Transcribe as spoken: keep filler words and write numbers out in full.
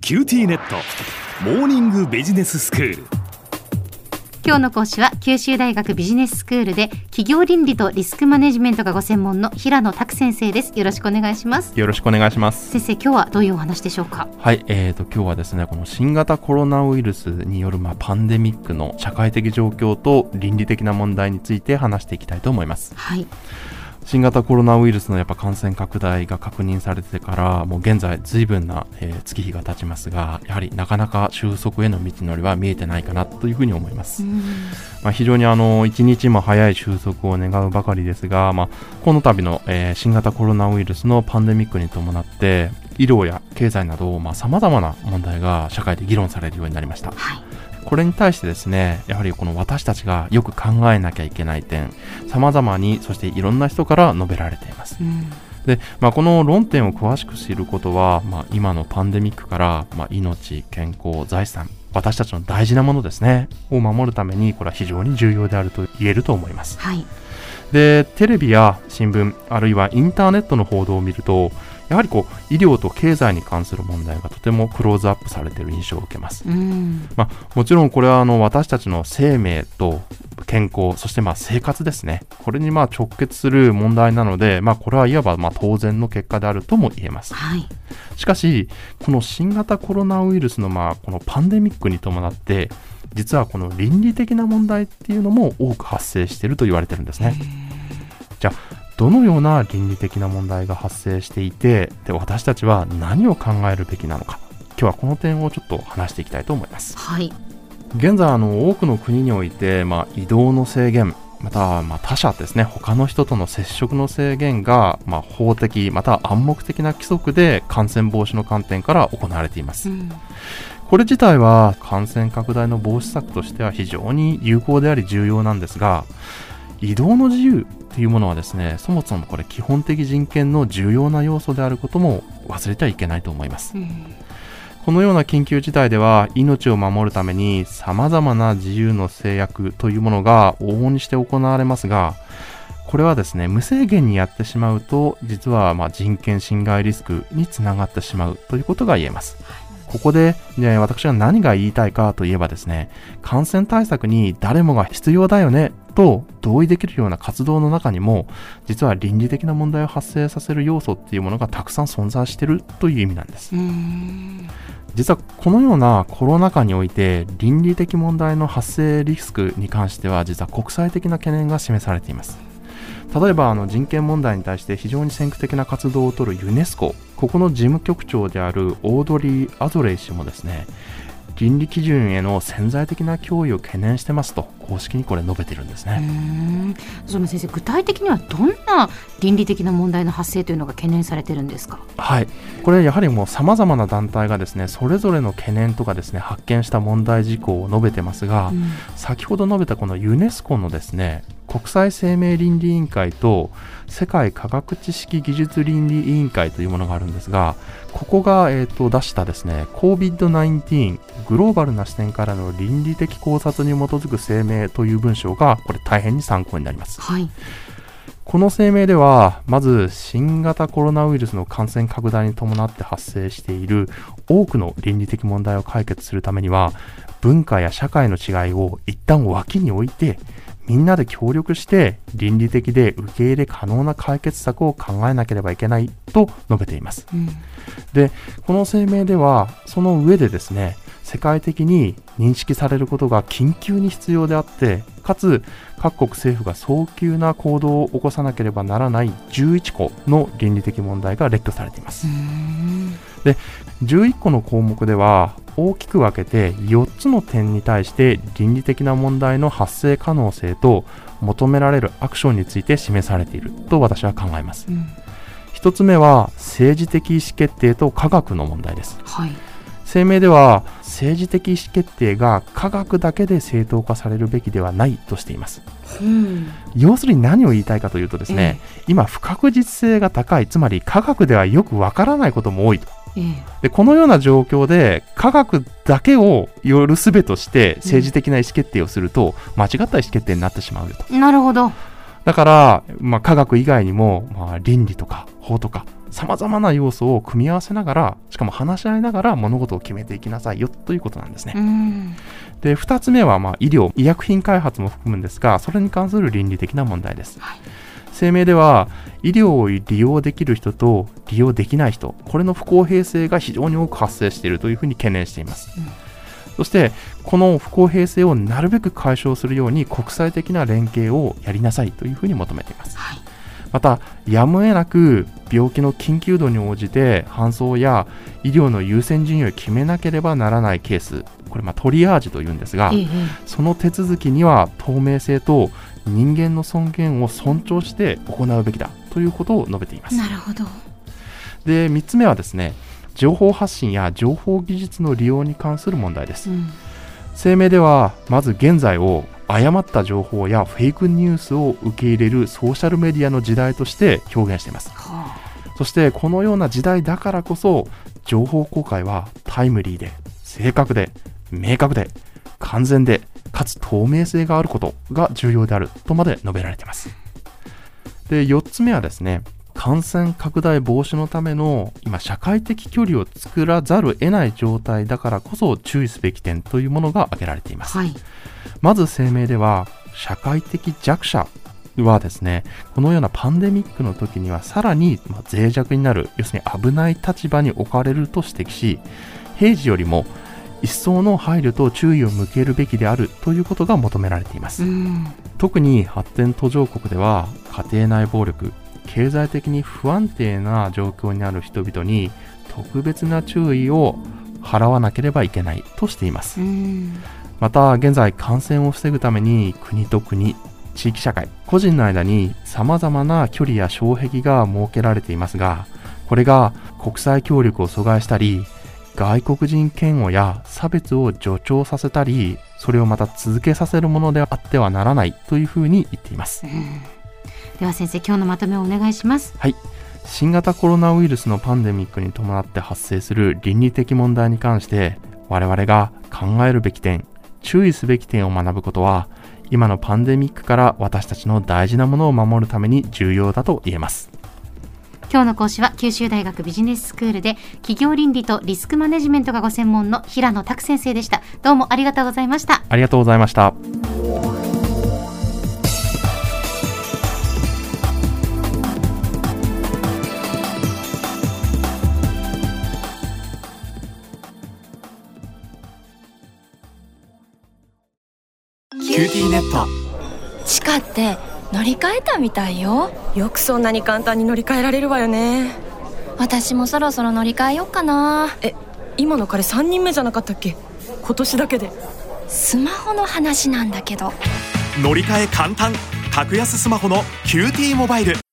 キューティーネットモーニングビジネススクール。 今日の講師は九州大学ビジネススクールで企業倫理とリスクマネジメントがご専門の平野拓先生です。よろしくお願いします。 よろしくお願いします。 先生、今日はどういうお話でしょうか？ はい、えーと今日はですね、この新型コロナウイルスによる、まあ、パンデミックの社会的状況と倫理的な問題について話していきたいと思います。 はい。 新型コロナウイルスのやっぱ感染拡大が確認されてからもう現在随分な、えー、月日が経ちますが、やはりなかなか収束への道のりは見えてないかなというふうに思います。まあ、非常にあの一日も早い収束を願うばかりですが、まあ、この度の、えー、新型コロナウイルスのパンデミックに伴って医療や経済などさまざまな問題が社会で議論されるようになりました。はい。これに対してですね、やはりこの私たちがよく考えなきゃいけない点、様々に、そしていろんな人から述べられています。うん、で、まあ、この論点を詳しく知ることは、まあ、今のパンデミックから、まあ、命、健康、財産、私たちの大事なものですね、を守るために、これは非常に重要であると言えると思います。はい。で、テレビや新聞、あるいはインターネットの報道を見ると、やはりこう医療と経済に関する問題がとてもクローズアップされている印象を受けます。うん、まあ、もちろんこれはあの私たちの生命と健康、そしてまあ生活ですね、これにまあ直結する問題なので、まあ、これはいわばまあ当然の結果であるとも言えます。はい。しかしこの新型コロナウイルスのまあこのパンデミックに伴って実はこの倫理的な問題っていうのも多く発生していると言われてるんですね。じゃあどのような倫理的な問題が発生していて、で私たちは何を考えるべきなのか、今日はこの点をちょっと話していきたいと思います。はい。現在あの多くの国において、まあ、移動の制限、またはまあ他者ですね、他の人との接触の制限が、まあ、法的または暗黙的な規則で感染防止の観点から行われています。うん、これ自体は感染拡大の防止策としては非常に有効であり重要なんですが、移動の自由というものはですね、そもそもこれ基本的人権の重要な要素であることも忘れてはいけないと思います。うん、このような緊急事態では命を守るために様々な自由の制約というものが往々にして行われますが、これはですね、無制限にやってしまうと実はまあ人権侵害リスクにつながってしまうということが言えます。ここで、ね、私は何が言いたいかといえばですね、感染対策に誰もが必要だよねと同意できるような活動の中にも実は倫理的な問題を発生させる要素っていうものがたくさん存在しているという意味なんです。うーん、実はこのようなコロナ禍において倫理的問題の発生リスクに関しては実は国際的な懸念が示されています。例えばあの人権問題に対して非常に先駆的な活動を取るユネスコ、ここの事務局長であるオードリー・アゾレイ氏もですね、倫理基準への潜在的な脅威を懸念してますと公式にこれ述べてるんですね。うーん、その先生、具体的にはどんな倫理的な問題の発生というのが懸念されてるんですか？ はい、これやはりもう様々な団体がですね、それぞれの懸念とかですね、発見した問題事項を述べてますが、うん、先ほど述べたこのユネスコのですね、国際生命倫理委員会と世界科学知識技術倫理委員会というものがあるんですが、ここが、えー、と出したですね コービッドナインティーン グローバルな視点からの倫理的考察に基づく声明という文章がこれ大変に参考になります。はい。この声明ではまず新型コロナウイルスの感染拡大に伴って発生している多くの倫理的問題を解決するためには文化や社会の違いを一旦脇に置いてみんなで協力して倫理的で受け入れ可能な解決策を考えなければいけないと述べています。うん、で、この声明ではその上でですね、世界的に認識されることが緊急に必要であって、かつ各国政府が早急な行動を起こさなければならないじゅういっこの倫理的問題が列挙されています。で、じゅういっこの項目では大きく分けてよっつの点に対して倫理的な問題の発生可能性と求められるアクションについて示されていると私は考えます。うん、ひとつめは政治的意思決定と科学の問題です。はい。声明では政治的意思決定が科学だけで正当化されるべきではないとしています。うん、要するに何を言いたいかというとですね、えー、今不確実性が高い、つまり科学ではよくわからないことも多いと。えー、でこのような状況で科学だけをよる術として政治的な意思決定をすると、うん、間違った意思決定になってしまうよと。 なるほど。 だから、まあ、科学以外にも、まあ、倫理とか法とか様々な要素を組み合わせながら、しかも話し合いながら物事を決めていきなさいよということなんですね。 うんで、ふたつめはまあ医療、医薬品開発も含むんですが、それに関する倫理的な問題です。はい、声明では、医療を利用できる人と利用できない人、これの不公平性が非常に多く発生しているというふうに懸念しています。うん、そしてこの不公平性をなるべく解消するように国際的な連携をやりなさいというふうに求めています。はい、またやむを得なく病気の緊急度に応じて搬送や医療の優先順位を決めなければならないケース、これまあトリアージというんですが、ええ、その手続きには透明性と人間の尊厳を尊重して行うべきだということを述べています。 なるほど。 で、みっつめはですね、情報発信や情報技術の利用に関する問題です。うん、声明ではまず現在を誤った情報やフェイクニュースを受け入れるソーシャルメディアの時代として表現しています。はあ、そしてこのような時代だからこそ情報公開はタイムリーで正確で明確で完全でかつ透明性があることが重要であるとまで述べられています。で、よっつめはですね、感染拡大防止のための今社会的距離を作らざるを得ない状態だからこそ注意すべき点というものが挙げられています。はい、まず声明では社会的弱者はですね、このようなパンデミックの時にはさらに脆弱になる、要するに危ない立場に置かれると指摘し、平時よりも一層の配慮と注意を向けるべきであるということが求められています。うん、特に発展途上国では家庭内暴力、経済的に不安定な状況にある人々に特別な注意を払わなければいけないとしています。うん、また現在感染を防ぐために国と国、地域社会、個人の間に様々な距離や障壁が設けられていますが、これが国際協力を阻害したり、外国人嫌悪や差別を助長させたり、それをまた続けさせるものであってはならないというふうに言っています。うん、 では先生、今日のまとめをお願いします。 はい、新型コロナウイルスのパンデミックに伴って発生する倫理的問題に関して我々が考えるべき点、注意すべき点を学ぶことは、今のパンデミックから私たちの大事なものを守るために重要だと言えます。 今日の講師は九州大学ビジネススクールで企業倫理とリスクマネジメントがご専門の平野拓先生でした。どうもありがとうございました。 ありがとうございました。 キューティーネット。 地下って乗り換えたみたいよ。 よくそんなに簡単に乗り換えられるわよね。 私もそろそろ乗り換えよっかな。 え、今の彼さんにんめじゃなかったっけ？今年だけで。 スマホの話なんだけど。 乗り換え簡単、格安スマホの キューティー モバイル。